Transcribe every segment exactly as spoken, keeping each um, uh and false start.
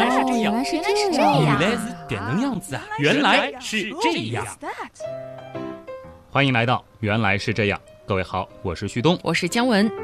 来是这样， 原来是这样， 原来是这样子啊，原来是这样。欢迎来到原来是这样，各位好，我是旭东， 我是姜文。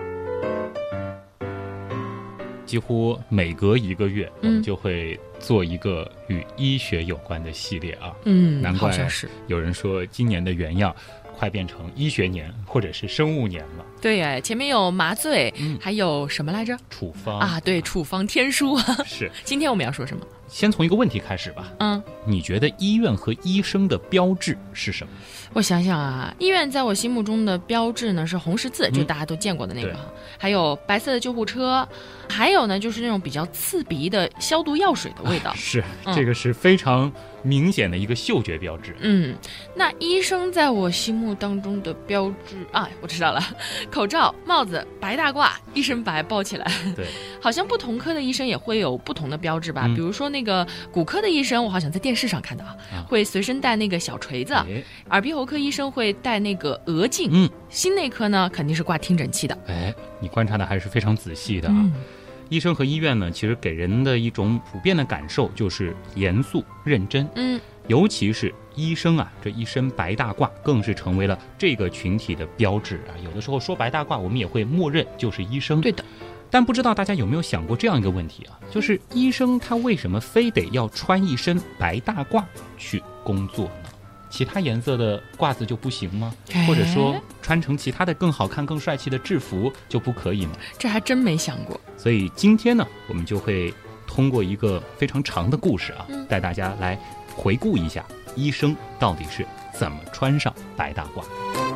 几乎每隔一个月，我们就会做一个与医学有关的系列啊。 嗯， 难怪好像是有人说今年的原样快变成医学年或者是生物年了。 对哎，前面有麻醉，嗯、还有什么来着？ 处方啊，对，处方天书。 是。 今天我们要说什么？ 先从一个问题开始吧。 嗯， 你觉得医院和医生的标志是什么？ 我想想啊，医院在我心目中的标志呢是红十字，就大家都见过的那个，嗯、还有白色的救护车，还有呢就是那种比较刺鼻的消毒药水的味道。 啊、是、嗯，这个是非常明显的一个嗅觉标志。 嗯，那医生在我心目当中的标志啊，我知道了，口罩、帽子、白大褂，一身白包起来。 对， 好像不同科的医生也会有不同的标志吧？嗯、比如说那个骨科的医生，我好像在电视上看到，啊、会随身带那个小锤子；哎、耳鼻喉科医生会戴那个额镜。嗯，心内科呢肯定是挂听诊器的。 哎，你观察的还是非常仔细的啊。嗯，医生和医院呢，其实给人的一种普遍的感受就是严肃认真。嗯，尤其是医生啊，这一身白大褂更是成为了这个群体的标志啊。有的时候说白大褂，我们也会默认就是医生。 对的。 但不知道大家有没有想过这样一个问题啊，就是医生他为什么非得要穿一身白大褂去工作呢？其他颜色的褂子就不行吗？或者说穿成其他的更好看更帅气的制服就不可以吗？ 这还真没想过。 所以今天呢，我们就会通过一个非常长的故事啊，嗯、带大家来回顾一下医生到底是怎么穿上白大褂。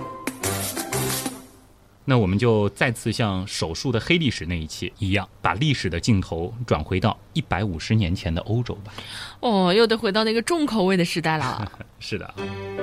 那我们就再次像手术的黑历史那一期一样，把历史的镜头转回到一百五十年前的欧洲吧。 哦，又得回到那个重口味的时代了。 是的。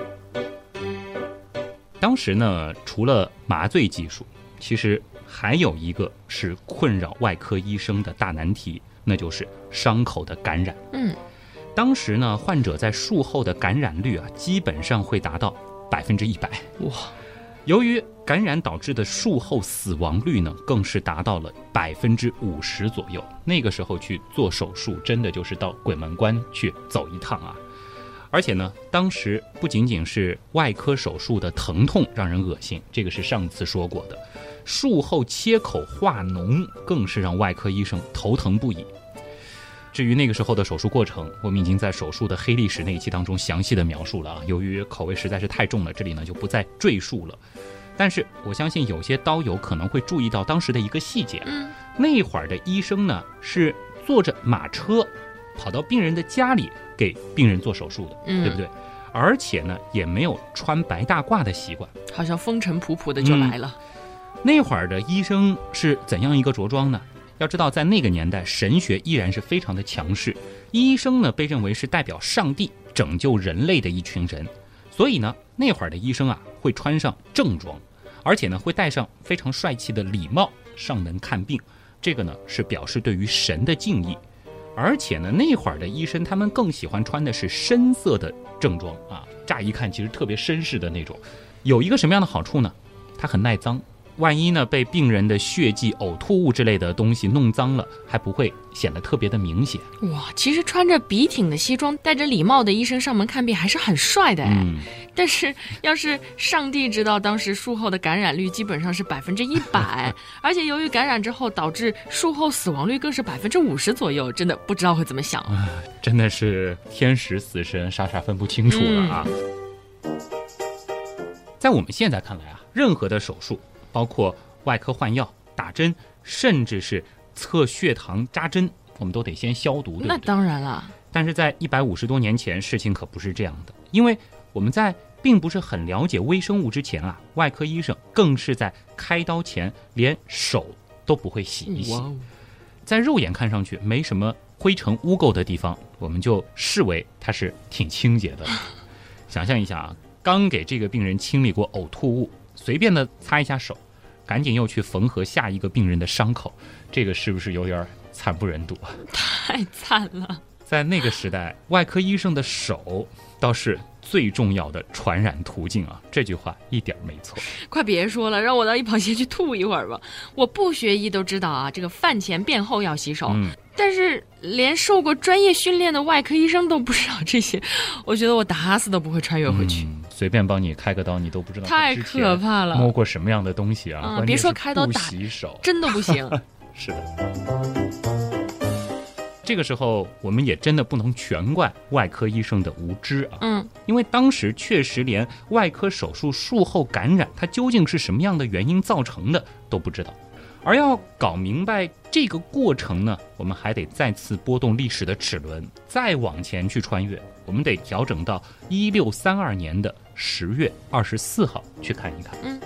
当时呢，除了麻醉技术，其实还有一个是困扰外科医生的大难题，那就是伤口的感染。嗯，当时呢，患者在术后的感染率啊，基本上会达到百分之一百。哇！由于感染导致的术后死亡率呢，更是达到了百分之五十左右。那个时候去做手术，真的就是到鬼门关去走一趟啊！而且呢，当时不仅仅是外科手术的疼痛让人恶心，这个是上次说过的，术后切口化脓更是让外科医生头疼不已。至于那个时候的手术过程，我们已经在手术的黑历史那一期当中详细的描述了啊。由于口味实在是太重了，这里呢就不再赘述了。但是我相信有些刀友可能会注意到当时的一个细节，嗯，那会儿的医生呢是坐着马车跑到病人的家里给病人做手术的，嗯、对不对？而且呢也没有穿白大褂的习惯， 好像风尘仆仆的就来了。 嗯、那会儿的医生是怎样一个着装呢？要知道在那个年代神学依然是非常的强势，医生呢被认为是代表上帝拯救人类的一群人，所以呢那会儿的医生啊会穿上正装，而且呢会戴上非常帅气的礼帽上门看病，这个呢是表示对于神的敬意。而且呢那会儿的医生他们更喜欢穿的是深色的正装啊，乍一看其实特别绅士的那种。有一个什么样的好处呢？它很耐脏，万一呢被病人的血迹、呕吐物之类的东西弄脏了，还不会显得特别的明显。 哇，其实穿着笔挺的西装、戴着礼帽的医生上门看病还是很帅的哎。嗯、但是要是上帝知道当时术后的感染率基本上是百分之一百，而且由于感染之后导致术后死亡率更是百分之五十左右，真的不知道会怎么想。 啊、真的是天使死神，傻傻分不清楚了啊！嗯、在我们现在看来啊，任何的手术，包括外科换药、打针，甚至是测血糖、扎针，我们都得先消毒，对不对？ 那当然了。 但是在一百五十多年前，事情可不是这样的，因为我们在并不是很了解微生物之前啊，外科医生更是在开刀前连手都不会洗一洗，在肉眼看上去没什么灰尘污垢的地方，我们就视为它是挺清洁的。想象一下啊，刚给这个病人清理过呕吐物，随便的擦一下手，赶紧又去缝合下一个病人的伤口，这个是不是有点惨不忍睹啊？ 太惨了。 在那个时代，外科医生的手倒是最重要的传染途径啊，这句话一点没错。 快别说了，让我到一旁先去吐一会儿吧。我不学医都知道啊，这个饭前便后要洗手，嗯、 但是连受过专业训练的外科医生都不知道这些，我觉得我打死都不会穿越回去。 嗯，随便帮你开个刀，你都不知道太可怕了， 摸过什么样的东西啊！ 嗯，别说开刀打洗手， 真的不行。 是的。这个时候，我们也真的不能全怪外科医生的无知啊。 嗯， 因为当时确实连外科手术术后感染它究竟是什么样的原因造成的都不知道。而要搞明白这个过程呢，我们还得再次拨动历史的齿轮，再往前去穿越。我们得调整到一六三二年的十月二十四号去看一看。 嗯。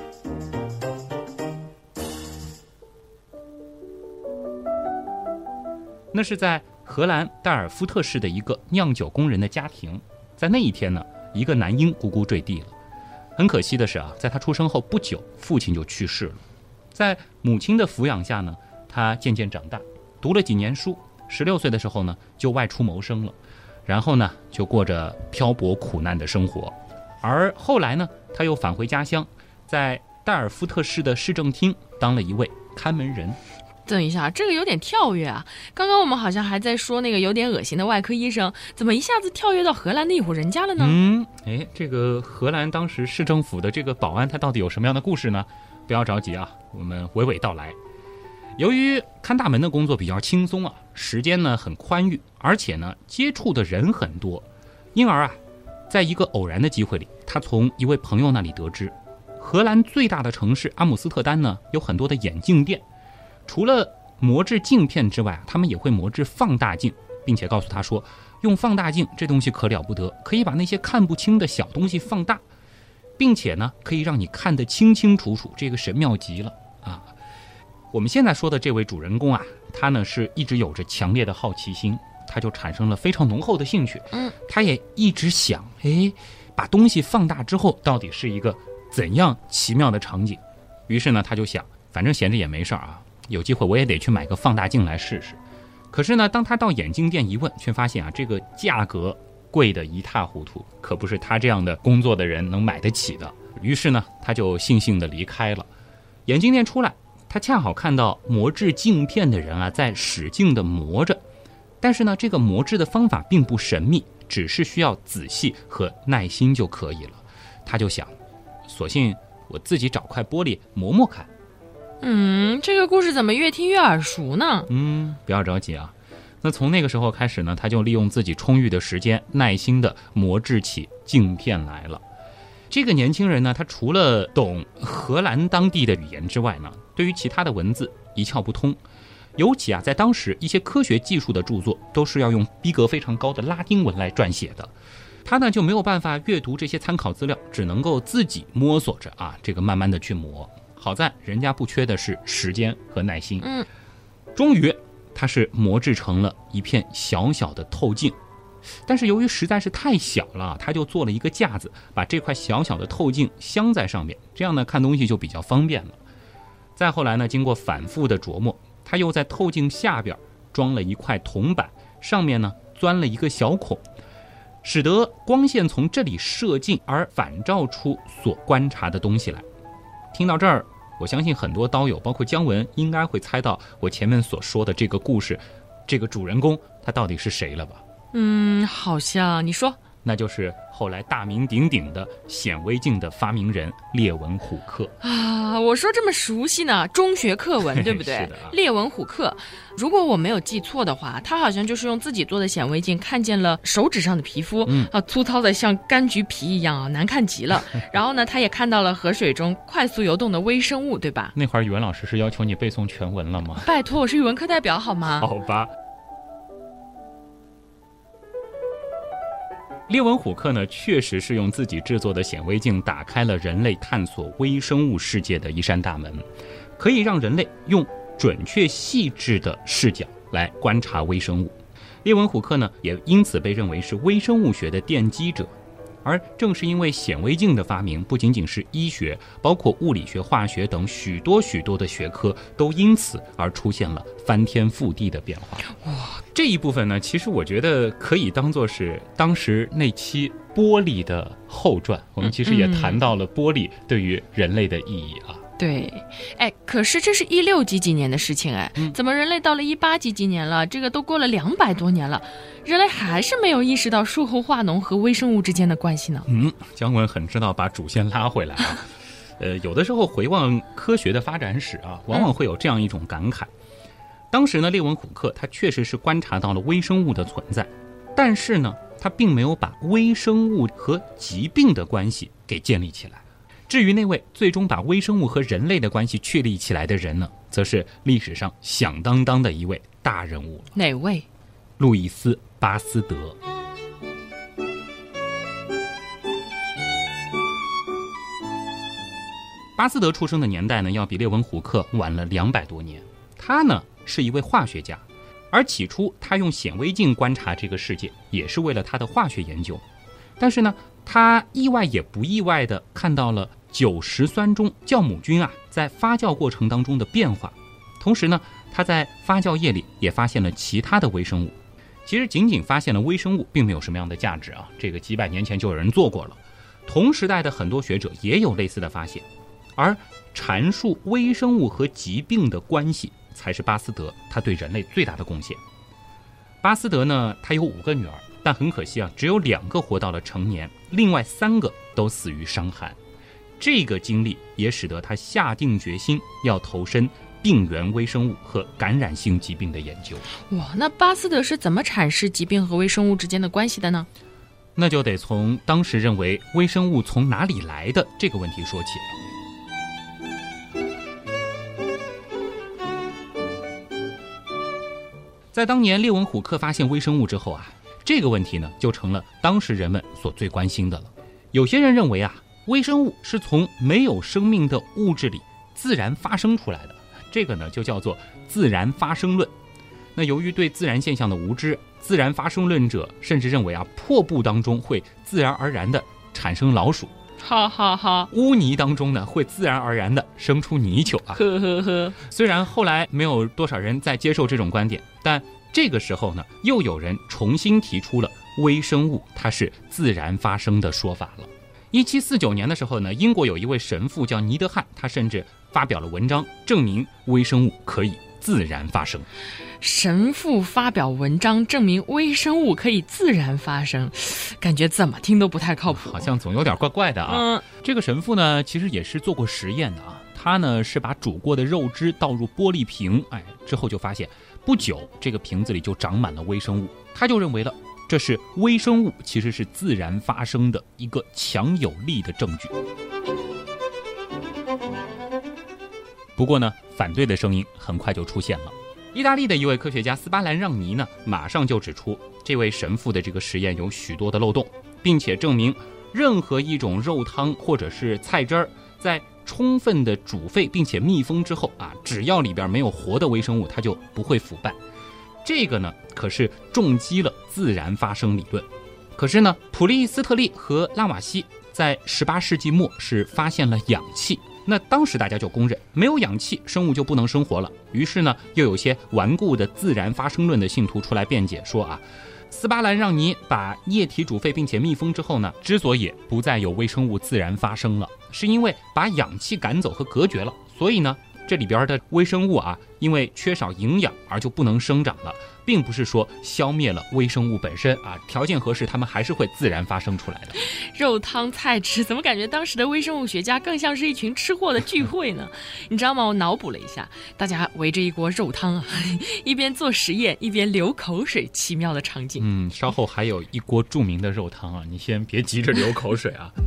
那是在荷兰代尔夫特市的一个酿酒工人的家庭，在那一天呢，一个男婴咕咕坠地了。很可惜的是啊，在他出生后不久，父亲就去世了。在母亲的抚养下呢，他渐渐长大，读了几年书，十六岁的时候呢，就外出谋生了，然后呢，就过着漂泊苦难的生活。而后来呢，他又返回家乡，在代尔夫特市的市政厅当了一位看门人。 等一下，这个有点跳跃啊！刚刚我们好像还在说那个有点恶心的外科医生，怎么一下子跳跃到荷兰的一户人家了呢？ 嗯，哎，这个荷兰当时市政府的这个保安，他到底有什么样的故事呢？不要着急啊，我们娓娓道来。由于看大门的工作比较轻松啊，时间呢很宽裕，而且呢接触的人很多，因而啊，在一个偶然的机会里，他从一位朋友那里得知，荷兰最大的城市阿姆斯特丹呢有很多的眼镜店。除了磨制镜片之外，他们也会磨制放大镜，并且告诉他说，用放大镜这东西可了不得，可以把那些看不清的小东西放大，并且呢，可以让你看得清清楚楚，这个神妙极了啊！我们现在说的这位主人公啊，他呢是一直有着强烈的好奇心，他就产生了非常浓厚的兴趣。 嗯， 他也一直想，哎，把东西放大之后，到底是一个怎样奇妙的场景？于是呢，他就想，反正闲着也没事啊。有机会我也得去买个放大镜来试试。可是呢，当他到眼镜店一问，却发现啊，这个价格贵得一塌糊涂，可不是他这样的工作的人能买得起的。于是呢，他就悻悻地离开了。眼镜店出来，他恰好看到磨制镜片的人啊，在使劲地磨着。但是呢，这个磨制的方法并不神秘，只是需要仔细和耐心就可以了。他就想，索性我自己找块玻璃磨磨看。 嗯，这个故事怎么越听越耳熟呢？ 嗯，不要着急啊。那从那个时候开始呢，他就利用自己充裕的时间，耐心地磨制起镜片来了。这个年轻人呢，他除了懂荷兰当地的语言之外呢，对于其他的文字一窍不通。尤其啊，在当时一些科学技术的著作都是要用逼格非常高的拉丁文来撰写的。他呢就没有办法阅读这些参考资料，只能够自己摸索着啊，这个慢慢的去磨。好在人家不缺的是时间和耐心。 嗯， 终于它是磨制成了一片小小的透镜，但是由于实在是太小了，他就做了一个架子，把这块小小的透镜镶在上面，这样呢看东西就比较方便了。再后来呢，经过反复的琢磨，他又在透镜下边装了一块铜板，上面呢钻了一个小孔，使得光线从这里射进而反照出所观察的东西来。听到这儿，我相信很多刀友包括姜文应该会猜到我前面所说的这个故事，这个主人公他到底是谁了吧？ 嗯，好像你说， 那就是后来大名鼎鼎的显微镜的发明人列文虎克啊！我说这么熟悉呢，中学课文对不对？ 是的啊， 列文虎克，如果我没有记错的话，他好像就是用自己做的显微镜看见了手指上的皮肤， 嗯啊，粗糙的像柑橘皮一样啊，难看极了。然后呢，他也看到了河水中快速游动的微生物，对吧？ 那会儿语文老师是要求你背诵全文了吗？ 拜托，我是语文课代表好吗？ 好吧。列文虎克呢，确实是用自己制作的显微镜打开了人类探索微生物世界的一扇大门，可以让人类用准确细致的视角来观察微生物。列文虎克呢，也因此被认为是微生物学的奠基者。而正是因为显微镜的发明，不仅仅是医学，包括物理学、化学等许多许多的学科都因此而出现了翻天覆地的变化。哇，这一部分呢，其实我觉得可以当作是当时那期玻璃的后传。我们其实也谈到了玻璃对于人类的意义啊。 对，哎，可是这是一六几几年的事情哎， 嗯、 怎么人类到了一八几几年了，这个都过了两百多年了，人类还是没有意识到树后化农和微生物之间的关系呢？ 嗯，姜文很知道把主线拉回来啊。呃，有的时候回望科学的发展史啊，往往会有这样一种感慨。嗯、当时呢，列文虎克他确实是观察到了微生物的存在，但是呢，他并没有把微生物和疾病的关系给建立起来。至于那位最终把微生物和人类的关系确立起来的人呢，则是历史上响当当的一位大人物了。 哪位？ 路易斯·巴斯德。巴斯德出生的年代呢，要比列文虎克晚了两百多年。他呢是一位化学家，而起初他用显微镜观察这个世界，也是为了他的化学研究。但是呢，他意外也不意外地看到了酒石酸中酵母菌啊在发酵过程当中的变化，同时呢，他在发酵液里也发现了其他的微生物。其实仅仅发现了微生物并没有什么样的价值啊，这个几百年前就有人做过了，同时代的很多学者也有类似的发现，而阐述微生物和疾病的关系才是巴斯德他对人类最大的贡献。巴斯德呢，他有五个女儿，但很可惜啊，只有两个活到了成年，另外三个都死于伤寒。这个经历也使得他下定决心要投身病原微生物和感染性疾病的研究。 哇，那巴斯德是怎么阐释疾病和微生物之间的关系的呢？ 那就得从当时认为微生物从哪里来的这个问题说起了。在当年列文虎克发现微生物之后啊，这个问题呢就成了当时人们所最关心的了。有些人认为啊，微生物是从没有生命的物质里自然发生出来的，这个呢就叫做自然发生论。那由于对自然现象的无知，自然发生论者甚至认为啊，破布当中会自然而然的产生老鼠， 哈哈哈， 污泥当中呢会自然而然的生出泥鳅啊， 呵呵呵。 虽然后来没有多少人再接受这种观点，但这个时候呢，又有人重新提出了微生物它是自然发生的说法了。一七四九年的时候呢，英国有一位神父叫尼德汉，他甚至发表了文章证明微生物可以自然发生。 神父发表文章证明微生物可以自然发生，感觉怎么听都不太靠谱， 好像总有点怪怪的啊。嗯，这个神父呢，其实也是做过实验的啊。他呢是把煮过的肉汁倒入玻璃瓶，哎，之后就发现不久这个瓶子里就长满了微生物。他就认为了这是微生物其实是自然发生的一个强有力的证据。不过呢，反对的声音很快就出现了。意大利的一位科学家斯巴兰让尼呢，马上就指出这位神父的这个实验有许多的漏洞，并且证明任何一种肉汤或者是菜汁儿在充分的煮沸并且密封之后啊，只要里边没有活的微生物，它就不会腐败。这个呢，可是重击了自然发生理论。可是呢，普利斯特利和拉瓦锡在十八世纪末是发现了氧气。那当时大家就公认，没有氧气，生物就不能生活了。于是呢，又有些顽固的自然发生论的信徒出来辩解说啊，斯巴兰让尼把液体煮沸并且密封之后呢，之所以不再有微生物自然发生了，是因为把氧气赶走和隔绝了。所以呢，这里边的微生物啊，因为缺少营养而就不能生长了，并不是说消灭了微生物本身啊，条件合适，它们还是会自然发生出来的。 肉汤菜汁，怎么感觉当时的微生物学家更像是一群吃货的聚会呢？你知道吗？我脑补了一下，大家围着一锅肉汤啊，一边做实验一边流口水，奇妙的场景。 嗯，稍后还有一锅著名的肉汤啊，你先别急着流口水啊。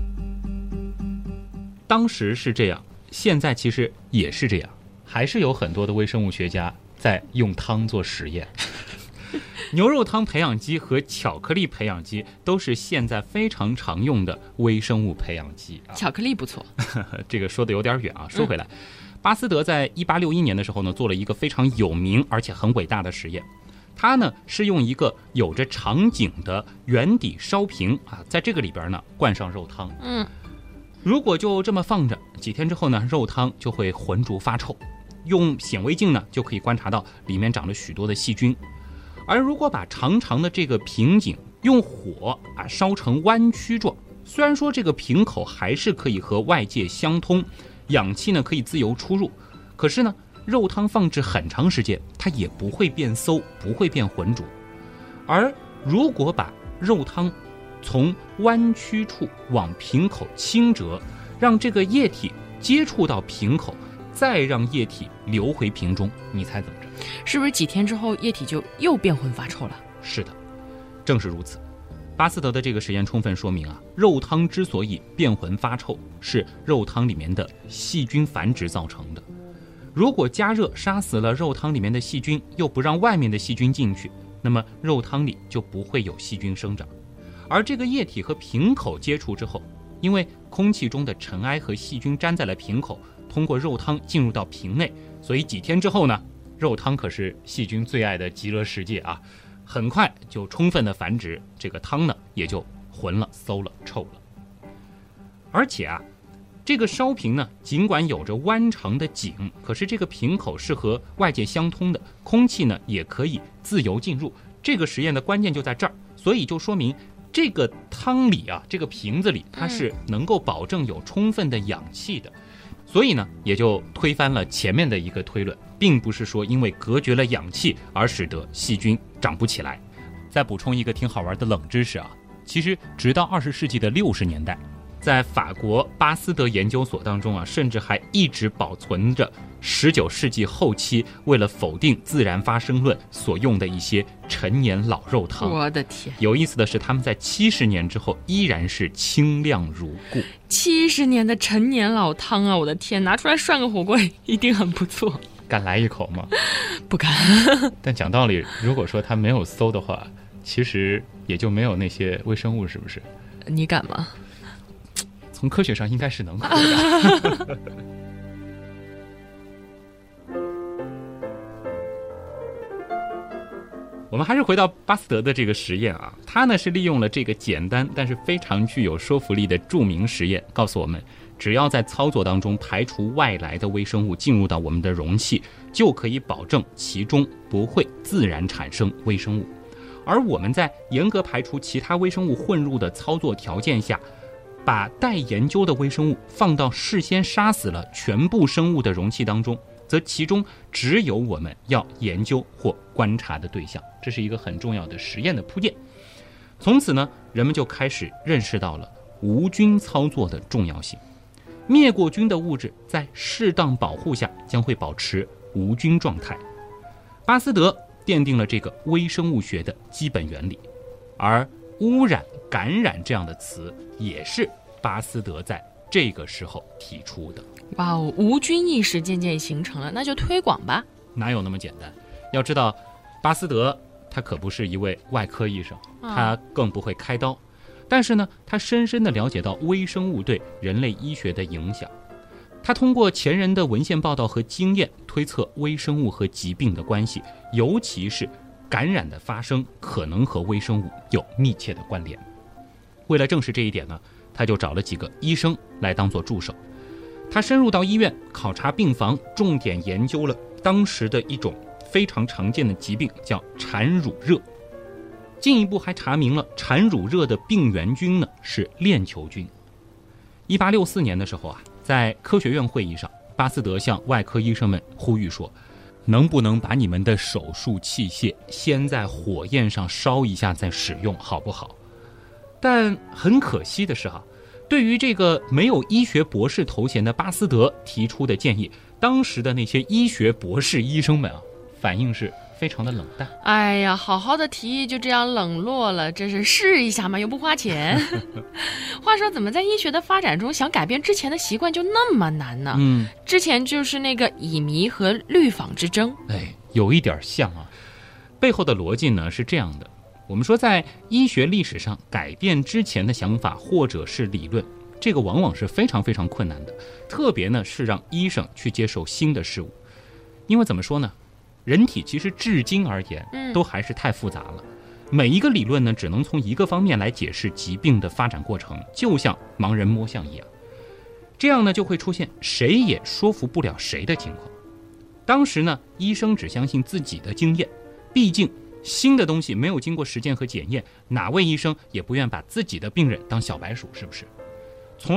当时是这样，现在其实也是这样，还是有很多的微生物学家在用汤做实验。牛肉汤培养基和巧克力培养基都是现在非常常用的微生物培养基。 巧克力不错。 这个说的有点远啊，说回来，嗯、巴斯德在一八六一年的时候呢，做了一个非常有名而且很伟大的实验。他呢是用一个有着长颈的圆底烧瓶啊，在这个里边呢灌上肉汤。嗯，如果就这么放着，几天之后呢，肉汤就会浑浊发臭。用显微镜呢，就可以观察到里面长了许多的细菌。而如果把长长的这个瓶颈用火啊烧成弯曲状，虽然说这个瓶口还是可以和外界相通， 氧气呢可以自由出入，可是呢，肉汤放置很长时间，它也不会变馊，不会变浑浊。而如果把肉汤从弯曲处往瓶口倾折，让这个液体接触到瓶口，再让液体流回瓶中，你猜怎么着？ 是不是几天之后液体就又变浑发臭了？ 是的，正是如此。巴斯德的这个实验充分说明啊，肉汤之所以变浑发臭，是肉汤里面的细菌繁殖造成的。如果加热杀死了肉汤里面的细菌，又不让外面的细菌进去，那么肉汤里就不会有细菌生长。而这个液体和瓶口接触之后，因为空气中的尘埃和细菌粘在了瓶口，通过肉汤进入到瓶内，所以几天之后呢，肉汤可是细菌最爱的极乐世界啊，很快就充分的繁殖，这个汤呢也就浑了、馊了、臭了。而且啊，这个烧瓶呢，尽管有着弯长的颈，可是这个瓶口是和外界相通的，空气呢也可以自由进入。这个实验的关键就在这儿，所以就说明这个汤里啊，这个瓶子里它是能够保证有充分的氧气的。所以呢，也就推翻了前面的一个推论，并不是说因为隔绝了氧气而使得细菌长不起来。再补充一个挺好玩的冷知识啊，其实直到二十世纪的六十年代，在法国巴斯德研究所当中啊，甚至还一直保存着十九世纪后期为了否定自然发生论所用的一些陈年老肉汤。 我的天！ 有意思的是，他们在七十年之后依然是清亮如故。 七十年的陈年老汤啊！我的天，拿出来涮个火锅一定很不错。 敢来一口吗？ 不敢。 但讲道理，如果说它没有馊的话，其实也就没有那些微生物，是不是？ 你敢吗？ 从科学上应该是能喝的。我们还是回到巴斯德的这个实验啊，他呢是利用了这个简单但是非常具有说服力的著名实验，告诉我们，只要在操作当中排除外来的微生物进入到我们的容器，就可以保证其中不会自然产生微生物。而我们在严格排除其他微生物混入的操作条件下，把待研究的微生物放到事先杀死了全部生物的容器当中，则其中只有我们要研究或观察的对象，这是一个很重要的实验的铺垫。从此呢，人们就开始认识到了无菌操作的重要性。灭过菌的物质在适当保护下将会保持无菌状态。巴斯德奠定了这个微生物学的基本原理，而污染、感染这样的词也是巴斯德在这个时候提出的。 哇哦，无菌意识渐渐形成了，那就推广吧。 哪有那么简单？要知道，巴斯德他可不是一位外科医生，他更不会开刀，但是呢，他深深地了解到微生物对人类医学的影响。他通过前人的文献报道和经验，推测微生物和疾病的关系，尤其是感染的发生可能和微生物有密切的关联。为了证实这一点呢，他就找了几个医生来当做助手。他深入到医院考察病房，重点研究了当时的一种非常常见的疾病，叫产乳热。进一步还查明了产乳热的病原菌呢是链球菌。一八六四年的时候啊，在科学院会议上，巴斯德向外科医生们呼吁说，能不能把你们的手术器械先在火焰上烧一下再使用，好不好？但很可惜的是哈、啊，对于这个没有医学博士头衔的巴斯德提出的建议，当时的那些医学博士医生们啊，反应是非常的冷淡。 哎呀，好好的提议就这样冷落了，这是试一下嘛，又不花钱。话说，怎么在医学的发展中想改变之前的习惯就那么难呢？嗯，之前就是那个乙醚和氯仿之争。 哎，有一点像啊。背后的逻辑呢是这样的。我们说，在医学历史上改变之前的想法或者是理论，这个往往是非常非常困难的，特别呢是让医生去接受新的事物。因为怎么说呢，人体其实至今而言都还是太复杂了，每一个理论呢只能从一个方面来解释疾病的发展过程，就像盲人摸象一样，这样呢就会出现谁也说服不了谁的情况。当时呢，医生只相信自己的经验，毕竟新的东西没有经过实践和检验，哪位医生也不愿把自己的病人当小白鼠，是不是？从而呢，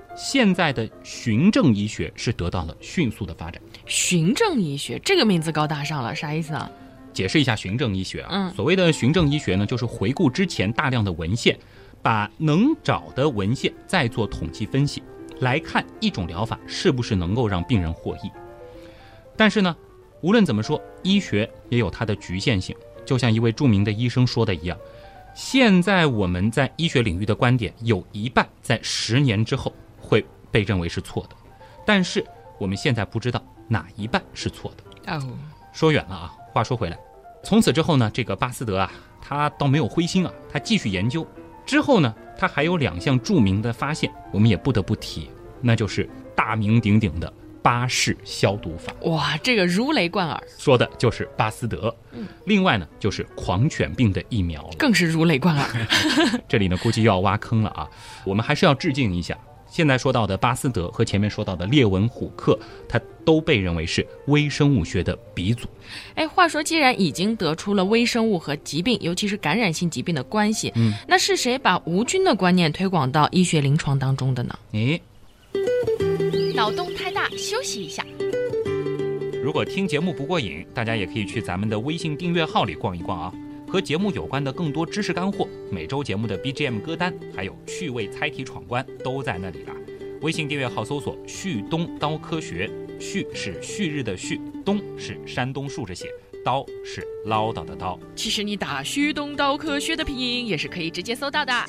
现在的循证医学是得到了迅速的发展。 循证医学这个名字高大上了，啥意思啊？ 解释一下循证医学啊， 嗯， 所谓的循证医学呢，就是回顾之前大量的文献，把能找的文献再做统计分析，来看一种疗法是不是能够让病人获益。但是呢，无论怎么说，医学也有它的局限性。就像一位著名的医生说的一样，现在我们在医学领域的观点有一半在十年之后会被认为是错的，但是我们现在不知道哪一半是错的。 哦， 说远了啊，话说回来，从此之后呢，这个巴斯德啊，他倒没有灰心啊，他继续研究。之后呢，他还有两项著名的发现，我们也不得不提，那就是大名鼎鼎的巴氏消毒法。 哇，这个如雷贯耳， 说的就是巴斯德。 嗯， 另外呢，就是狂犬病的疫苗了， 更是如雷贯耳。 这里呢，估计又要挖坑了啊。我们还是要致敬一下，现在说到的巴斯德和前面说到的列文虎克，他都被认为是微生物学的鼻祖。 哎，话说既然已经得出了微生物和疾病，尤其是感染性疾病的关系， 嗯， 那是谁把无菌的观念推广到医学临床当中的呢？ 诶， 脑洞太大，休息一下。 如果听节目不过瘾，大家也可以去咱们的微信订阅号里逛一逛啊，和节目有关的更多知识干货，每周节目的 B G M 歌单，还有趣味猜题闯关都在那里啦。微信订阅号搜索旭东刀科学，旭是旭日的旭，东是山东竖着写，刀是唠叨的刀。 其实你打旭东刀科学的拼音也是可以直接搜到的。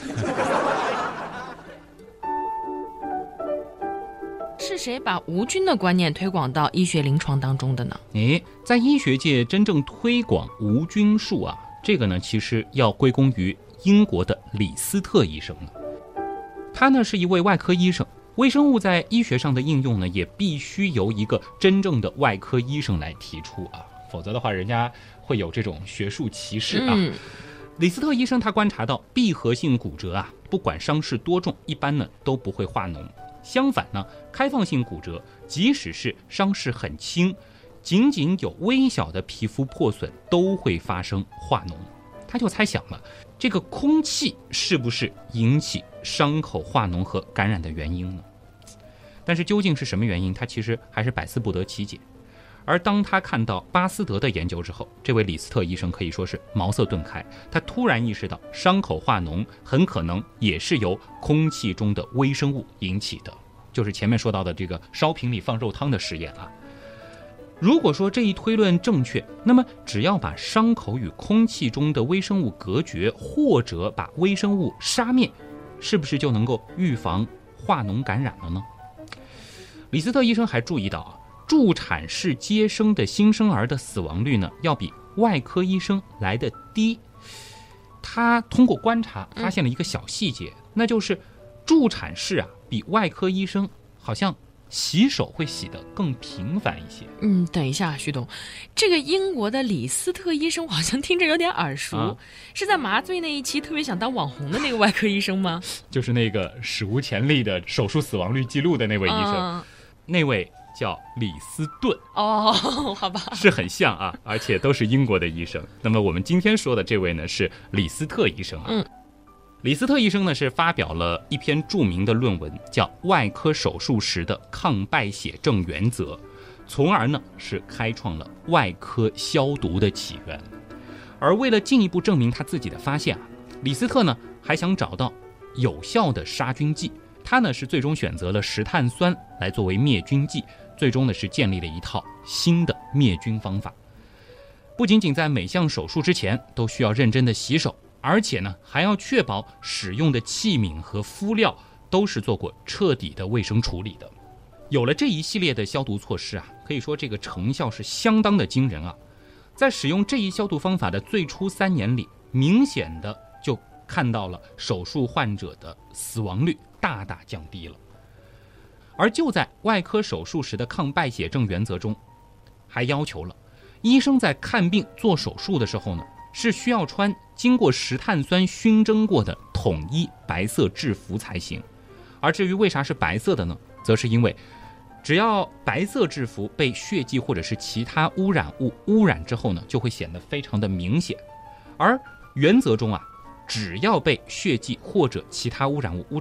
是谁把无菌的观念推广到医学临床当中的呢？ 诶，在医学界真正推广无菌术啊，这个呢其实要归功于英国的李斯特医生了。他呢是一位外科医生，微生物在医学上的应用呢也必须由一个真正的外科医生来提出啊，否则的话人家会有这种学术歧视啊。 嗯， 李斯特医生他观察到闭合性骨折啊，不管伤势多重，一般呢都不会化脓。相反呢，开放性骨折即使是伤势很轻，仅仅有微小的皮肤破损都会发生化脓。他就猜想了，这个空气是不是引起伤口化脓和感染的原因呢？但是究竟是什么原因，他其实还是百思不得其解。而当他看到巴斯德的研究之后，这位李斯特医生可以说是茅塞顿开，他突然意识到伤口化脓很可能也是由空气中的微生物引起的，就是前面说到的这个烧瓶里放肉汤的实验啊。如果说这一推论正确，那么只要把伤口与空气中的微生物隔绝，或者把微生物杀灭，是不是就能够预防化脓感染了呢？李斯特医生还注意到啊，助产士接生的新生儿的死亡率呢，要比外科医生来得低。他通过观察发现了一个小细节，嗯、那就是助产士啊，比外科医生好像洗手会洗得更频繁一些。 嗯，等一下，旭东，这个英国的李斯特医生好像听着有点耳熟，啊、是在麻醉那一期特别想当网红的那个外科医生吗？ 就是那个史无前例的手术死亡率记录的那位医生，嗯、那位叫李斯顿。 哦，好吧， 是很像啊，而且都是英国的医生。那么我们今天说的这位呢，是李斯特医生啊。 嗯。 李斯特医生呢是发表了一篇著名的论文，叫《外科手术时的抗败血症原则》，从而呢是开创了外科消毒的起源。而为了进一步证明他自己的发现啊，李斯特呢还想找到有效的杀菌剂，他呢是最终选择了石碳酸来作为灭菌剂，最终呢是建立了一套新的灭菌方法。不仅仅在每项手术之前都需要认真的洗手，而且呢，还要确保使用的器皿和敷料都是做过彻底的卫生处理的。有了这一系列的消毒措施啊，可以说这个成效是相当的惊人啊。在使用这一消毒方法的最初三年里，明显的就看到了手术患者的死亡率大大降低了。而就在外科手术时的抗败血症原则中，还要求了医生在看病做手术的时候呢，是需要穿经过石碳酸熏蒸过的统一白色制服才行。而至于为啥是白色的呢，则是因为只要白色制服被血迹或者是其他污染物污染之后呢，就会显得非常的明显。而原则中啊，只要被血迹或者其他污染物污染，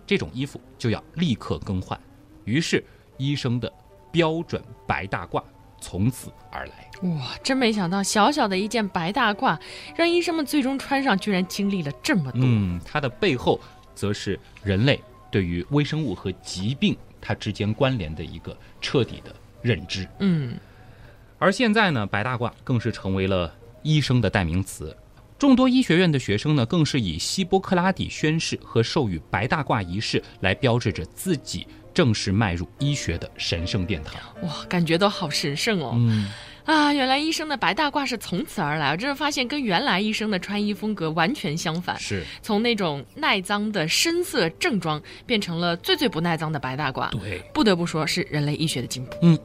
这种衣服就要立刻更换。于是医生的标准白大褂从此而来。 哇，真没想到小小的一件白大褂让医生们最终穿上，居然经历了这么多。 嗯，它的背后则是人类对于微生物和疾病它之间关联的一个彻底的认知。 嗯， 而现在呢，白大褂更是成为了医生的代名词。众多医学院的学生呢，更是以希波克拉底宣誓和授予白大褂仪式来标志着自己正式迈入医学的神圣殿堂。 哇，感觉都好神圣哦。 嗯啊，原来医生的白大褂是从此而来，我真的发现跟原来医生的穿衣风格完全相反。 是， 从那种耐脏的深色正装变成了最最不耐脏的白大褂。 对， 不得不说是人类医学的进步。 嗯。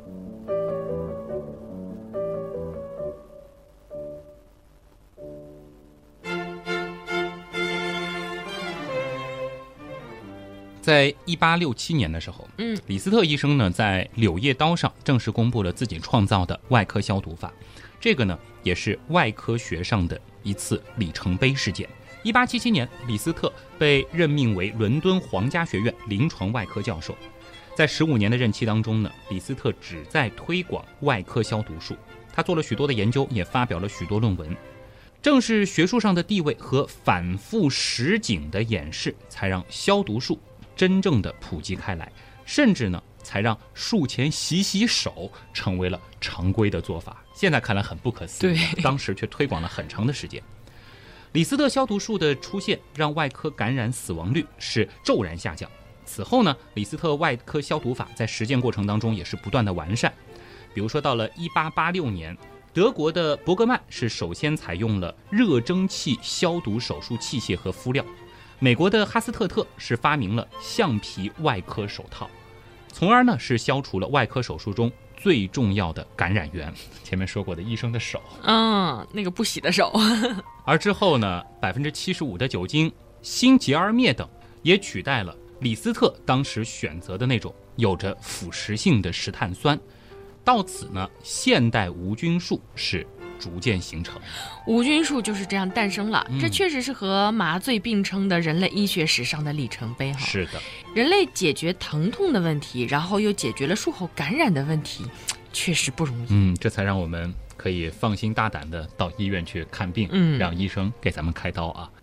在一八六七年的时候， 嗯， 李斯特医生呢在《柳叶刀》上正式公布了自己创造的外科消毒法，这个呢也是外科学上的一次里程碑事件。一八七七年，李斯特被任命为伦敦皇家学院临床外科教授。在十五年的任期当中呢，李斯特旨在推广外科消毒术，他做了许多的研究，也发表了许多论文。正是学术上的地位和反复实景的演示，才让消毒术真正的普及开来，甚至呢，才让术前洗洗手成为了常规的做法。现在看来很不可思议，当时却推广了很长的时间。李斯特消毒术的出现，让外科感染死亡率是骤然下降。此后呢，李斯特外科消毒法在实践过程当中也是不断的完善。比如说到了一八八六年，德国的伯格曼是首先采用了热蒸汽消毒手术器械和敷料。美国的哈斯特特是发明了橡皮外科手套，从而呢是消除了外科手术中最重要的感染源，前面说过的医生的手， 嗯，那个不洗的手。 而之后呢，百分之七十五的酒精、辛吉尔灭等也取代了李斯特当时选择的那种有着腐蚀性的石碳酸。到此呢，现代无菌术是逐渐形成。 无菌术就是这样诞生了、嗯、这确实是和麻醉并称的人类医学史上的里程碑。 是的， 人类解决疼痛的问题，然后又解决了术后感染的问题，确实不容易。 嗯，这才让我们可以放心大胆的到医院去看病，嗯，让医生给咱们开刀啊。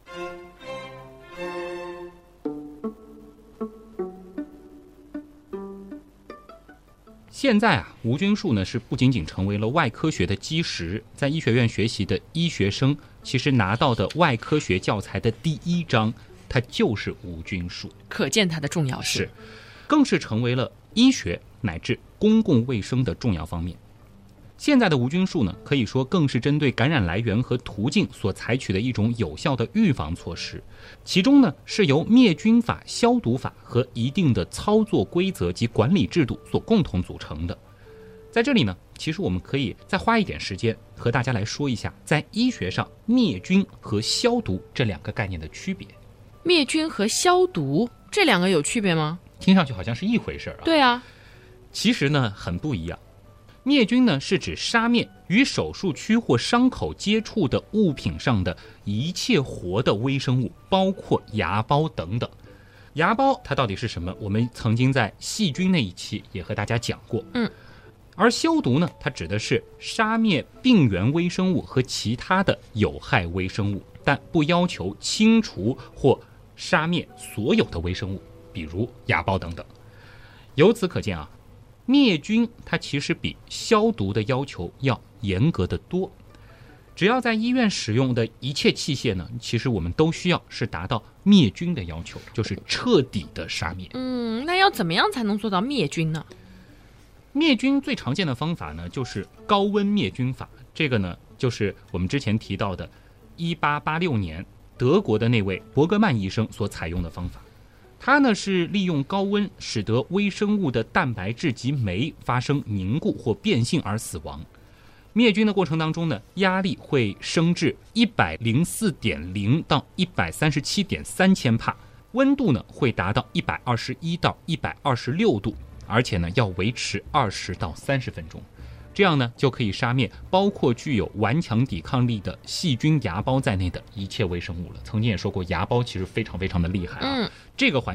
现在啊，无菌术呢是不仅仅成为了外科学的基石，在医学院学习的医学生，其实拿到的外科学教材的第一章，它就是无菌术， 可见它的重要性。 是，更是成为了医学乃至公共卫生的重要方面。现在的无菌术呢，可以说更是针对感染来源和途径所采取的一种有效的预防措施。其中呢，是由灭菌法、消毒法和一定的操作规则及管理制度所共同组成的。在这里呢，其实我们可以再花一点时间和大家来说一下，在医学上灭菌和消毒这两个概念的区别。 灭菌和消毒这两个有区别吗？ 听上去好像是一回事啊。 对啊， 其实呢很不一样。灭菌呢是指杀灭与手术区或伤口接触的物品上的一切活的微生物，包括芽孢等等。芽孢它到底是什么？我们曾经在细菌那一期也和大家讲过。 嗯， 而消毒呢，它指的是杀灭病原微生物和其他的有害微生物，但不要求清除或杀灭所有的微生物，比如芽孢等等。由此可见啊，灭菌它其实比消毒的要求要严格的多。只要在医院使用的一切器械呢，其实我们都需要是达到灭菌的要求，就是彻底的杀灭。 嗯，那要怎么样才能做到灭菌呢？ 灭菌最常见的方法呢，就是高温灭菌法。这个呢，就是我们之前提到的一八八六年德国的那位伯格曼医生所采用的方法。它呢是利用高温使得微生物的蛋白质及酶发生凝固或变性而死亡。灭菌的过程当中呢，压力会升至一百零四点零到一百三十七点三千帕，温度呢会达到一百二十一到一百二十六度，而且呢要维持二十到三十分钟。这样呢就可以杀灭包括具有顽强抵抗力的细菌芽孢在内的一切微生物了。曾经也说过，芽孢其实非常非常的厉害啊。 嗯， 这个环境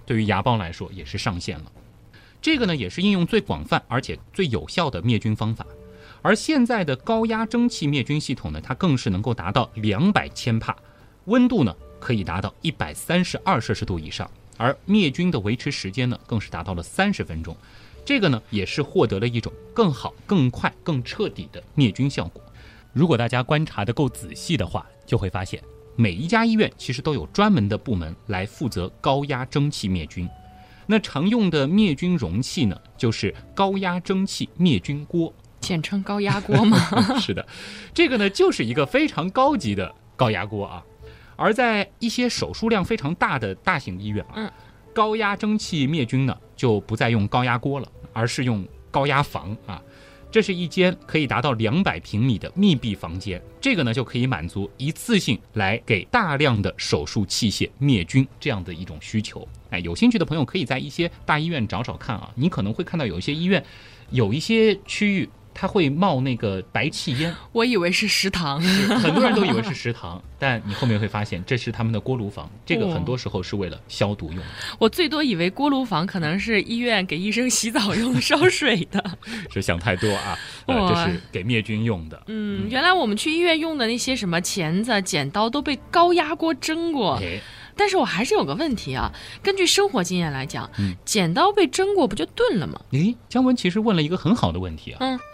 对于牙包来说也是上限了。这个呢也是应用最广泛而且最有效的灭菌方法。而现在的高压蒸汽灭菌系统呢，它更是能够达到两百千帕，温度呢可以达到一百三十二摄氏度以上，而灭菌的维持时间呢更是达到了三十分钟。这个呢也是获得了一种更好、更快、更彻底的灭菌效果。如果大家观察得够仔细的话，就会发现每一家医院其实都有专门的部门来负责高压蒸汽灭菌。那常用的灭菌容器呢，就是高压蒸汽灭菌锅， 简称高压锅吗？ 是的，这个呢就是一个非常高级的高压锅啊。而在一些手术量非常大的大型医院啊， 嗯， 高压蒸汽灭菌呢就不再用高压锅了，而是用高压房啊。这是一间可以达到两百平米的密闭房间，这个呢就可以满足一次性来给大量的手术器械灭菌这样的一种需求。哎，有兴趣的朋友可以在一些大医院找找看啊，你可能会看到有一些医院有一些区域它会冒那个白气烟， 我以为是食堂， 很多人都以为是食堂，但你后面会发现这是他们的锅炉房，这个很多时候是为了消毒用的。 我最多以为锅炉房可能是医院给医生洗澡用烧水的， 是想太多啊，呃，这是给灭菌用的。 嗯，原来我们去医院用的那些什么钳子、剪刀都被高压锅蒸过。 哎， 但是我还是有个问题啊，根据生活经验来讲， 嗯， 剪刀被蒸过不就钝了吗？ 诶，姜文其实问了一个很好的问题啊。 嗯。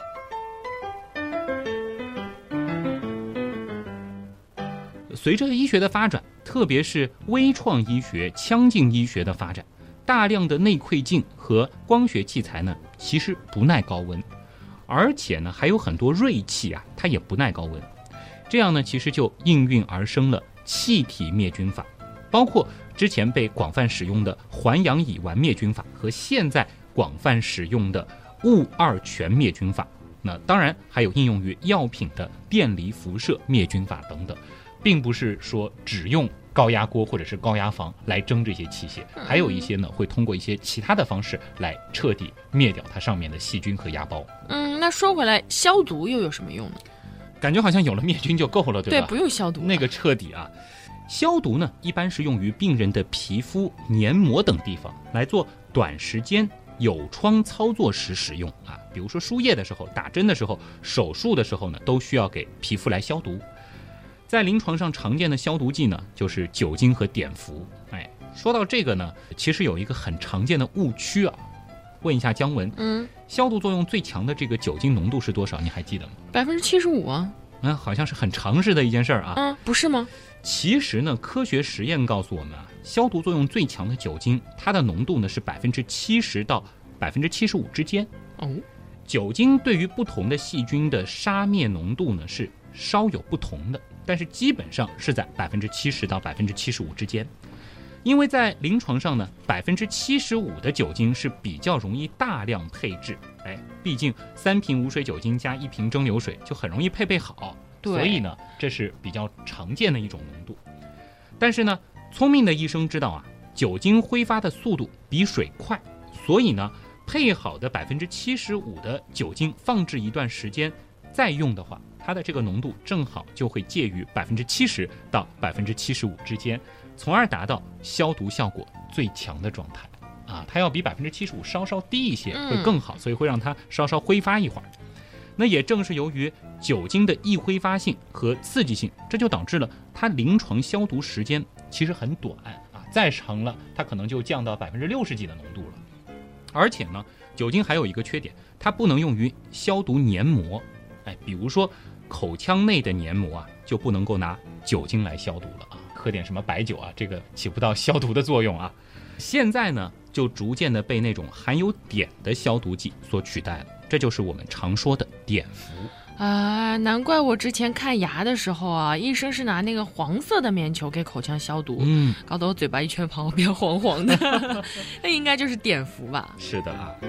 随着医学的发展，特别是微创医学、腔镜医学的发展，大量的内窥镜和光学器材呢，其实不耐高温，而且呢，还有很多锐器啊，它也不耐高温。这样呢，其实就应运而生了气体灭菌法，包括之前被广泛使用的环氧乙烷灭菌法和现在广泛使用的戊二醛灭菌法。那当然还有应用于药品的电离辐射灭菌法等等。并不是说只用高压锅或者是高压房来蒸这些器械，还有一些呢会通过一些其他的方式来彻底灭掉它上面的细菌和芽孢。 嗯，那说回来，消毒又有什么用呢？ 感觉好像有了灭菌就够了，对吧？ 对，不用消毒。 那个彻底啊，消毒呢一般是用于病人的皮肤、黏膜等地方，来做短时间有创操作时使用啊，比如说输液的时候、打针的时候、手术的时候呢，都需要给皮肤来消毒。在临床上常见的消毒剂呢，就是酒精和碘伏。哎，说到这个呢，其实有一个很常见的误区啊，问一下姜文， 嗯， 消毒作用最强的这个酒精浓度是多少？你还记得吗？ 百分之七十五啊。 嗯，好像是很常识的一件事儿啊。 嗯，不是吗？ 其实呢，科学实验告诉我们啊，消毒作用最强的酒精，它的浓度呢是百分之七十到百分之七十五之间。 哦， 酒精对于不同的细菌的杀灭浓度呢是稍有不同的，但是基本上是在百分之七十到百分之七十五之间。因为在临床上呢，百分之七十五的酒精是比较容易大量配置，哎，毕竟三瓶无水酒精加一瓶蒸馏水就很容易配备好，所以呢，这是比较常见的一种浓度。但是呢，聪明的医生知道啊，酒精挥发的速度比水快，所以呢，配好的百分之七十五的酒精放置一段时间再用的话，它的这个浓度正好就会介于百分之七十到百分之七十五之间，从而达到消毒效果最强的状态啊！它要比百分之七十五稍稍低一些会更好，所以会让它稍稍挥发一会儿。那也正是由于酒精的易挥发性和刺激性，这就导致了它临床消毒时间其实很短啊，再长了它可能就降到百分之六十几的浓度了。而且呢，酒精还有一个缺点，它不能用于消毒黏膜。哎，比如说口腔内的黏膜啊，就不能够拿酒精来消毒了啊，喝点什么白酒啊，这个起不到消毒的作用啊。现在呢，就逐渐的被那种含有碘的消毒剂所取代了，这就是我们常说的碘伏。 啊，难怪我之前看牙的时候啊，医生是拿那个黄色的棉球给口腔消毒， 嗯， 搞得我嘴巴一圈旁边黄黄的，那应该就是碘伏吧？ 是的啊。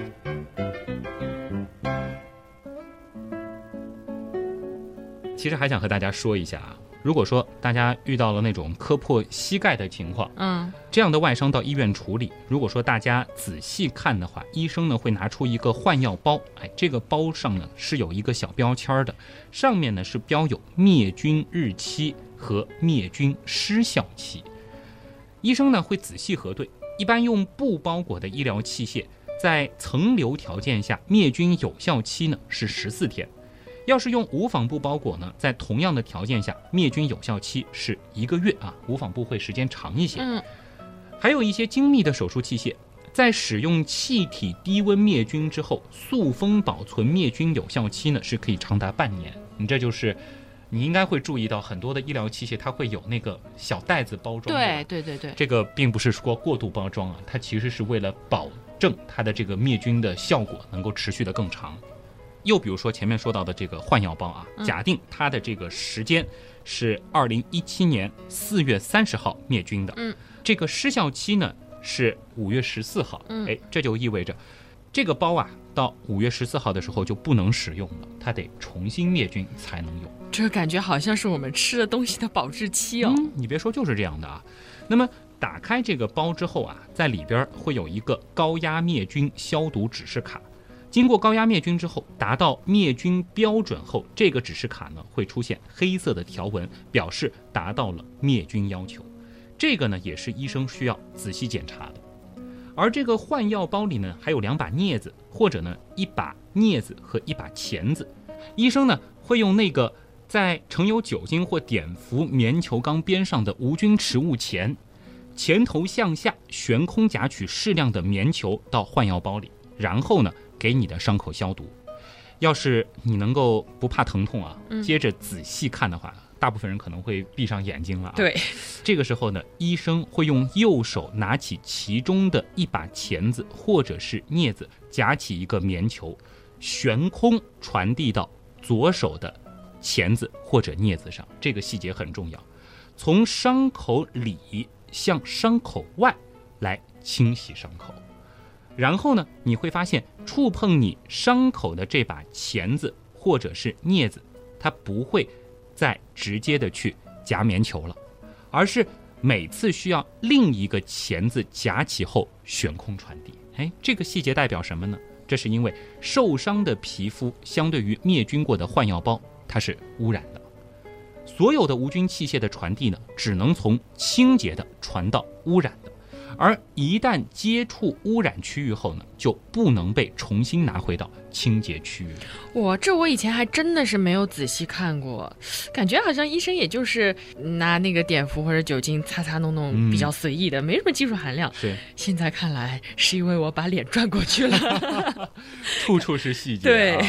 其实还想和大家说一下啊，如果说大家遇到了那种磕破膝盖的情况， 嗯， 这样的外伤到医院处理，如果说大家仔细看的话，医生呢会拿出一个换药包，哎，这个包上呢是有一个小标签的，上面呢是标有灭菌日期和灭菌失效期。医生呢会仔细核对， 一般用布包裹的医疗器械，在层流条件下灭菌有效期呢是十四天。要是用无纺布包裹呢，在同样的条件下灭菌有效期是一个月啊，无纺布会时间长一些。 嗯， 还有一些精密的手术器械，在使用气体低温灭菌之后，塑封保存灭菌有效期呢是可以长达半年。你这就是你应该会注意到很多的医疗器械它会有那个小袋子包装。 对对对对， 这个并不是说过度包装啊，它其实是为了保证它的这个灭菌的效果能够持续的更长。又比如说前面说到的这个换药包啊，假定它的这个时间是二零一七年四月三十号灭菌的， 嗯， 这个失效期呢是五月十四号， 嗯， 哎，这就意味着这个包啊到五月十四号的时候就不能使用了，它得重新灭菌才能用。 这个感觉好像是我们吃的东西的保质期哦。 嗯，你别说，就是这样的啊。那么打开这个包之后啊，在里边会有一个高压灭菌消毒指示卡。经过高压灭菌之后，达到灭菌标准后，这个指示卡呢会出现黑色的条纹，表示达到了灭菌要求。这个呢也是医生需要仔细检查的。而这个换药包里呢还有两把镊子，或者呢一把镊子和一把钳子。医生呢会用那个在盛有酒精或碘伏棉球缸边上的无菌持物钳，钳头向下悬空夹取适量的棉球到换药包里，然后呢给你的伤口消毒。要是你能够不怕疼痛啊，接着仔细看的话，大部分人可能会闭上眼睛了啊。 对， 这个时候呢，医生会用右手拿起其中的一把钳子或者是镊子，夹起一个棉球，悬空传递到左手的钳子或者镊子上。这个细节很重要，从伤口里向伤口外来清洗伤口。然后呢，你会发现触碰你伤口的这把钳子或者是镊子，它不会再直接的去夹棉球了，而是每次需要另一个钳子夹起后悬空传递。哎，这个细节代表什么呢？这是因为受伤的皮肤相对于灭菌过的换药包，它是污染的。所有的无菌器械的传递呢，只能从清洁的传到污染的。而一旦接触污染区域后呢，就不能被重新拿回到清洁区域。 哇，这我以前还真的是没有仔细看过，感觉好像医生也就是拿那个碘伏或者酒精擦擦弄弄，比较随意的，嗯、没什么技术含量。 是， 现在看来是因为我把脸转过去了， 处处是细节、啊。 对。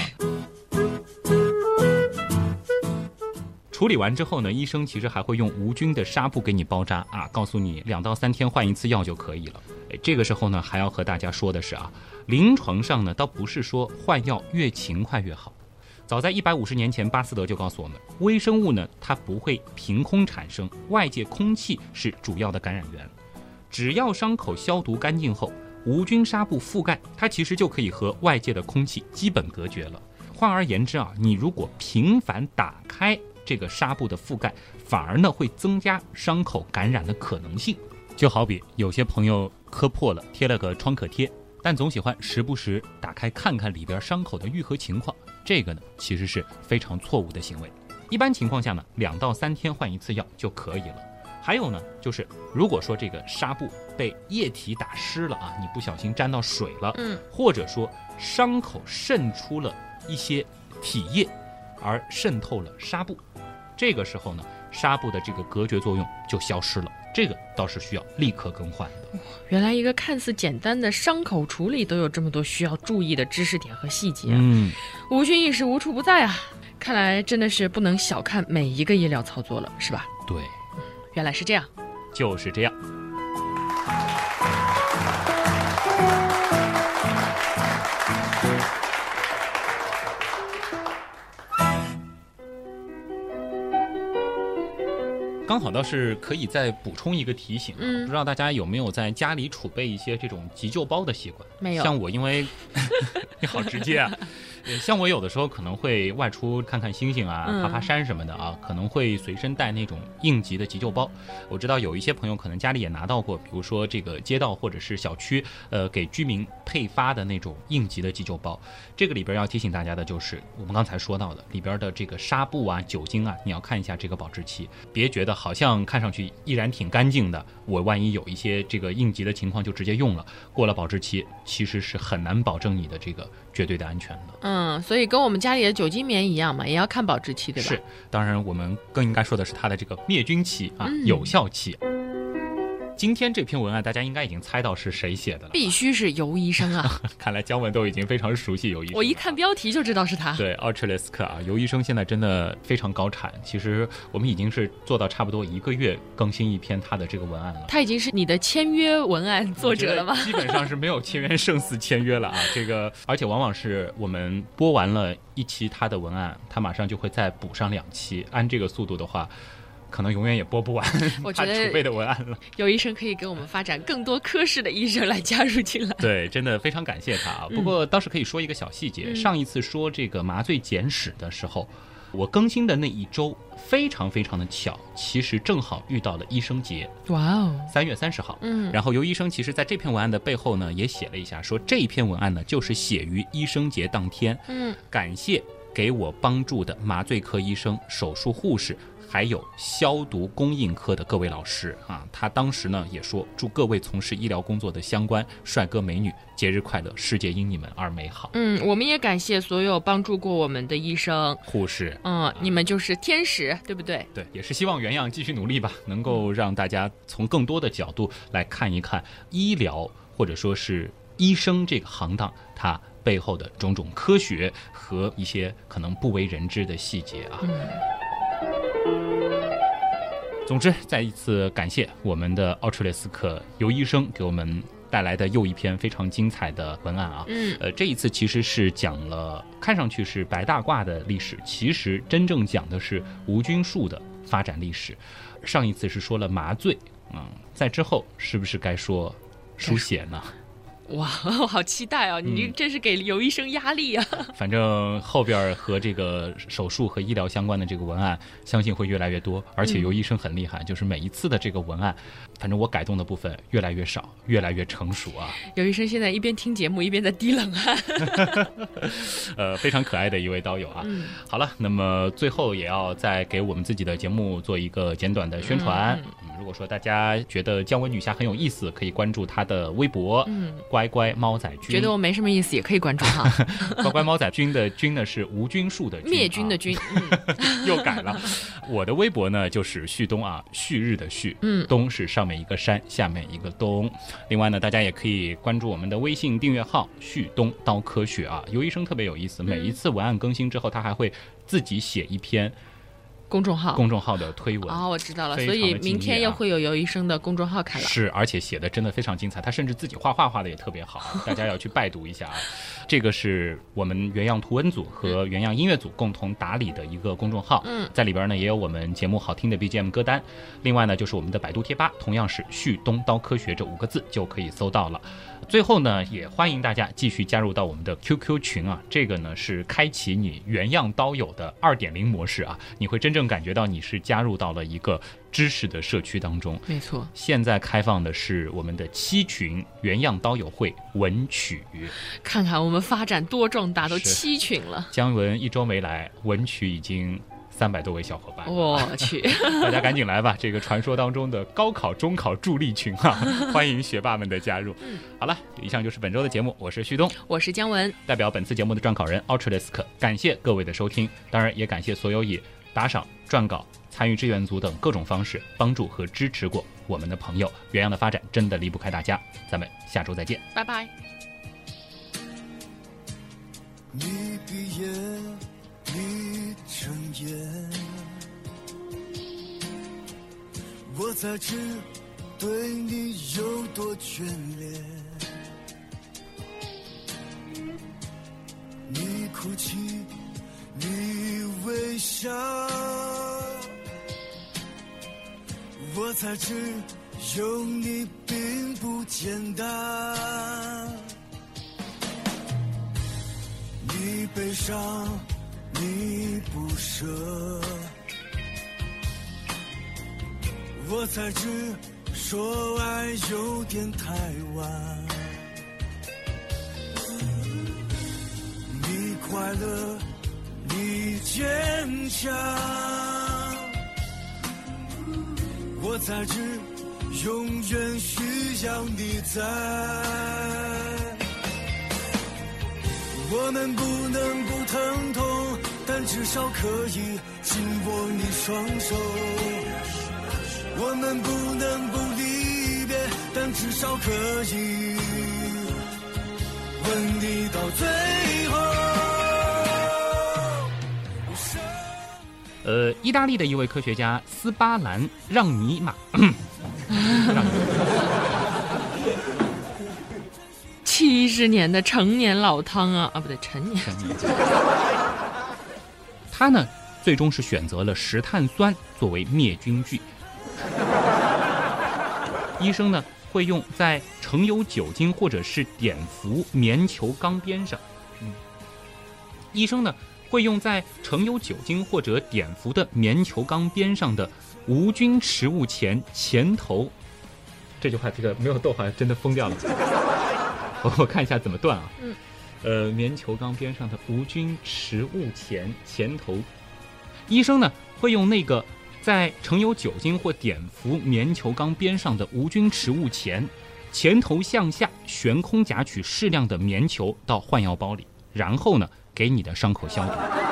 处理完之后呢，医生其实还会用无菌的纱布给你包扎啊，告诉你两到三天换一次药就可以了。哎，这个时候呢，还要和大家说的是啊，临床上呢，倒不是说换药越勤快越好。早在一百五十年前，巴斯德就告诉我们，微生物呢，它不会凭空产生，外界空气是主要的感染源。只要伤口消毒干净后，无菌纱布覆盖，它其实就可以和外界的空气基本隔绝了。换而言之啊，你如果频繁打开这个纱布的覆盖，反而呢会增加伤口感染的可能性。就好比有些朋友磕破了，贴了个创可贴，但总喜欢时不时打开看看里边伤口的愈合情况，这个呢其实是非常错误的行为。一般情况下呢，两到三天换一次药就可以了。还有呢，就是如果说这个纱布被液体打湿了啊，你不小心沾到水了， 嗯， 或者说伤口渗出了一些体液而渗透了纱布，这个时候呢，纱布的这个隔绝作用就消失了，这个倒是需要立刻更换的。 原来一个看似简单的伤口处理都有这么多需要注意的知识点和细节， 嗯， 无菌意识无处不在啊！看来真的是不能小看每一个医疗操作了，是吧？ 对， 原来是这样， 就是这样。刚好倒是可以再补充一个提醒、啊嗯、不知道大家有没有在家里储备一些这种急救包的习惯？ 没有。 像我，因为你好直接啊， 像我有的时候可能会外出看看星星啊，爬爬山什么的啊，可能会随身带那种应急的急救包。我知道有一些朋友可能家里也拿到过，比如说这个街道或者是小区，呃，给居民配发的那种应急的急救包。这个里边要提醒大家的就是，我们刚才说到的里边的这个纱布啊、酒精啊，你要看一下这个保质期，别觉得好像看上去依然挺干净的，我万一有一些这个应急的情况就直接用了，过了保质期，其实是很难保证你的这个绝对的安全的。 嗯，所以跟我们家里的酒精棉一样嘛，也要看保质期，对吧？ 是，当然我们更应该说的是它的这个灭菌期啊、嗯，有效期。今天这篇文案大家应该已经猜到是谁写的了， 必须是尤医生啊！ 看来姜文都已经非常熟悉尤医生， 我一看标题就知道是他。 对，奥特莱斯克啊，尤医生现在真的非常高产。其实我们已经是做到差不多一个月更新一篇他的这个文案了。 他已经是你的签约文案作者了吗？ 基本上是没有签约胜似签约了啊！这个，而且往往是我们播完了一期他的文案，他马上就会再补上两期。按这个速度的话，可能永远也播不完他储备的文案了。 有医生可以给我们发展更多科室的医生来加入进来。 对，真的非常感谢他啊！不过倒是可以说一个小细节，嗯、上一次说这个麻醉简史的时候，我更新的那一周非常非常的巧，其实正好遇到了医生节。 哇哦， 三月三十号。嗯，然后尤医生其实在这篇文案的背后呢，也写了一下，说这一篇文案呢就是写于医生节当天。嗯，感谢给我帮助的麻醉科医生、手术护士。还有消毒供应科的各位老师啊，他当时呢也说，祝各位从事医疗工作的相关帅哥美女节日快乐，世界因你们而美好。 嗯，我们也感谢所有帮助过我们的医生、 护士。 嗯，啊、你们就是天使，对不对？ 对，也是希望原样继续努力吧，能够让大家从更多的角度来看一看医疗或者说是医生这个行当，它背后的种种科学和一些可能不为人知的细节啊。嗯，总之，再一次感谢我们的奥特莱斯克尤医生给我们带来的又一篇非常精彩的文案啊。嗯，呃，这一次其实是讲了，看上去是白大褂的历史，其实真正讲的是无菌术的发展历史。上一次是说了麻醉，嗯，在之后是不是该说输血呢？ 哇，我好期待哦！你这是给尤医生压力啊！ 反正后边和这个手术和医疗相关的这个文案，相信会越来越多。而且尤医生很厉害，嗯、就是每一次的这个文案，反正我改动的部分越来越少，越来越成熟啊！ 尤医生现在一边听节目一边在滴冷汗， 呃，非常可爱的一位刀友啊！嗯、好了，那么最后也要再给我们自己的节目做一个简短的宣传。嗯嗯、如果说大家觉得姜文女侠很有意思，可以关注她的微博。嗯。乖乖猫仔君， 觉得我没什么意思也可以关注哈。 乖乖猫仔君的君呢是无菌术的菌， 灭菌的菌，啊嗯、又改了。我的微博呢就是旭东啊，旭日的旭，嗯，东是上面一个山，下面一个东。另外呢，大家也可以关注我们的微信订阅号旭东刀科学啊。尤医生特别有意思，每一次文案更新之后，他还会自己写一篇。 公众号， 公众号的推文哦，我知道了，所以明天又会有尤医生的公众号开了。 是，而且写的真的非常精彩，他甚至自己画画画的也特别好，大家要去拜读一下啊。这个是我们原样图文组和原样音乐组共同打理的一个公众号，嗯，在里边呢也有我们节目好听的 B G M 歌单，另外呢就是我们的百度贴吧，同样是旭东刀科学这五个字就可以搜到了。最后呢，也欢迎大家继续加入到我们的 Q Q 群啊，这个呢是开启你原样刀友的 二点零 模式啊，你会真正感觉到你是加入到了一个知识的社区当中。 没错， 现在开放的是我们的七群原样刀友会文曲， 看看我们发展多壮大，都七群了。 姜文一周没来，文曲已经三百多位小伙伴， 我去， 大家赶紧来吧！这个传说当中的高考、中考助力群啊，欢迎学霸们的加入。嗯、好了，以上就是本周的节目，我是旭东， 我是姜文， 代表本次节目的撰稿人奥特莱斯克，感谢各位的收听，当然也感谢所有以打赏、撰稿、参与志愿组等各种方式帮助和支持过我们的朋友。原样的发展真的离不开大家，咱们下周再见， 拜拜。 你闭眼，你睁眼，我才知对你有多眷恋。你哭泣，你微笑，我才知有你并不简单。你你悲伤，你不舍，我才知说爱有点太晚。你快乐，你坚强，我才知永远需要你在。我们不能不疼痛，但至少可以紧握你双手。我们不能不离别，但至少可以吻你到最后。 呃，意大利的一位科学家斯巴兰让尼玛，让尼七十年的成年老汤啊啊，不对，陈年。陈年他呢，最终是选择了石碳酸作为灭菌剂。医生呢，会用在盛有酒精或者是碘伏棉球缸边上。嗯，医生呢，会用在盛有酒精或者碘伏的棉球缸边上的无菌食物前前头。这句话这个没有逗号真的疯掉了。我我看一下怎么断啊。嗯。呃，棉球缸边上的无菌食物前前头。医生呢，会用那个在盛有酒精或碘伏棉球缸边上的无菌食物前前头向下悬空夹取适量的棉球到换药包里，然后呢，给你的伤口消毒。